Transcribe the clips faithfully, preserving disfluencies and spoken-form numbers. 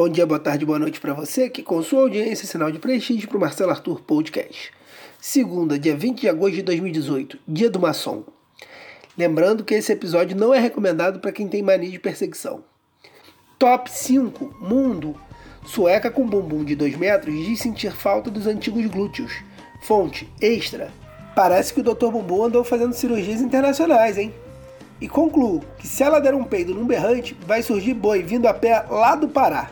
Bom dia, boa tarde, boa noite para você que com sua audiência sinal de prestígio para o Marcelo Arthur Podcast. Segunda, dia vinte de agosto de dois mil e dezoito, dia do maçom. Lembrando que esse episódio não é recomendado para quem tem mania de perseguição. Top cinco. Mundo. Sueca com bumbum de dois metros diz sentir falta dos antigos glúteos. Fonte. Extra. Parece que o doutor Bumbum andou fazendo cirurgias internacionais, hein? E concluo que se ela der um peido num berrante, vai surgir boi vindo a pé lá do Pará.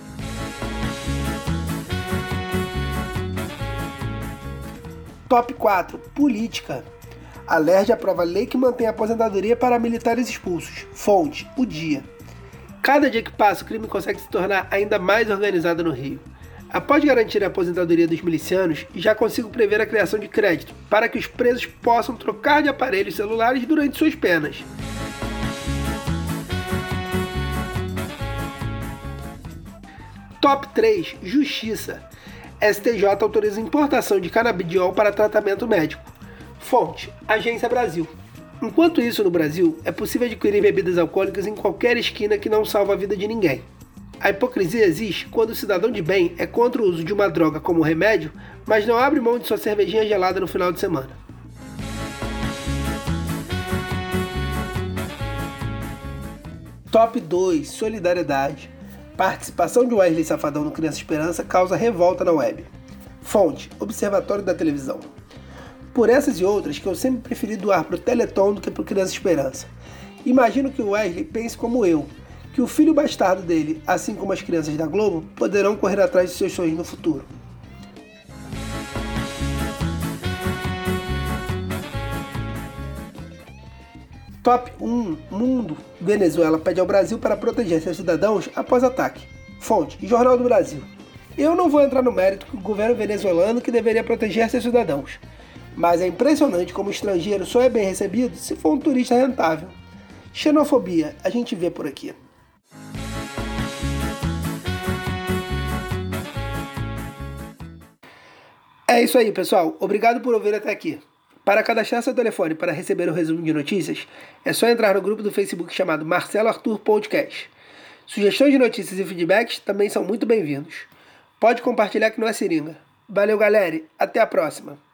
Top quatro. Política. A L E R J aprova lei que mantém a aposentadoria para militares expulsos. Fonte. O Dia. Cada dia que passa, o crime consegue se tornar ainda mais organizado no Rio. Após garantir a aposentadoria dos milicianos, já consigo prever a criação de crédito para que os presos possam trocar de aparelhos celulares durante suas penas. Top três. Justiça. S T J autoriza importação de canabidiol para tratamento médico. Fonte. Agência Brasil. Enquanto isso, no Brasil, é possível adquirir bebidas alcoólicas em qualquer esquina que não salva a vida de ninguém. A hipocrisia existe quando o cidadão de bem é contra o uso de uma droga como remédio, mas não abre mão de sua cervejinha gelada no final de semana. Top dois. Solidariedade. Participação de Wesley Safadão no Criança Esperança causa revolta na web. Fonte. Observatório da Televisão. Por essas e outras que eu sempre preferi doar para o Teleton do que para o Criança Esperança. Imagino que o Wesley pense como eu, que o filho bastardo dele, assim como as crianças da Globo, poderão correr atrás de seus sonhos no futuro. Top um. Mundo. Venezuela pede ao Brasil para proteger seus cidadãos após ataque. Fonte. Jornal do Brasil. Eu não vou entrar no mérito do governo venezuelano que deveria proteger seus cidadãos. Mas é impressionante como o estrangeiro só é bem recebido se for um turista rentável. Xenofobia, a gente vê por aqui. É isso aí, pessoal. Obrigado por ouvir até aqui. Para cadastrar seu telefone para receber o resumo de notícias, é só entrar no grupo do Facebook chamado Marcelo Arthur Podcast. Sugestões de notícias e feedbacks também são muito bem-vindos. Pode compartilhar que não é seringa. Valeu, galera. Até a próxima.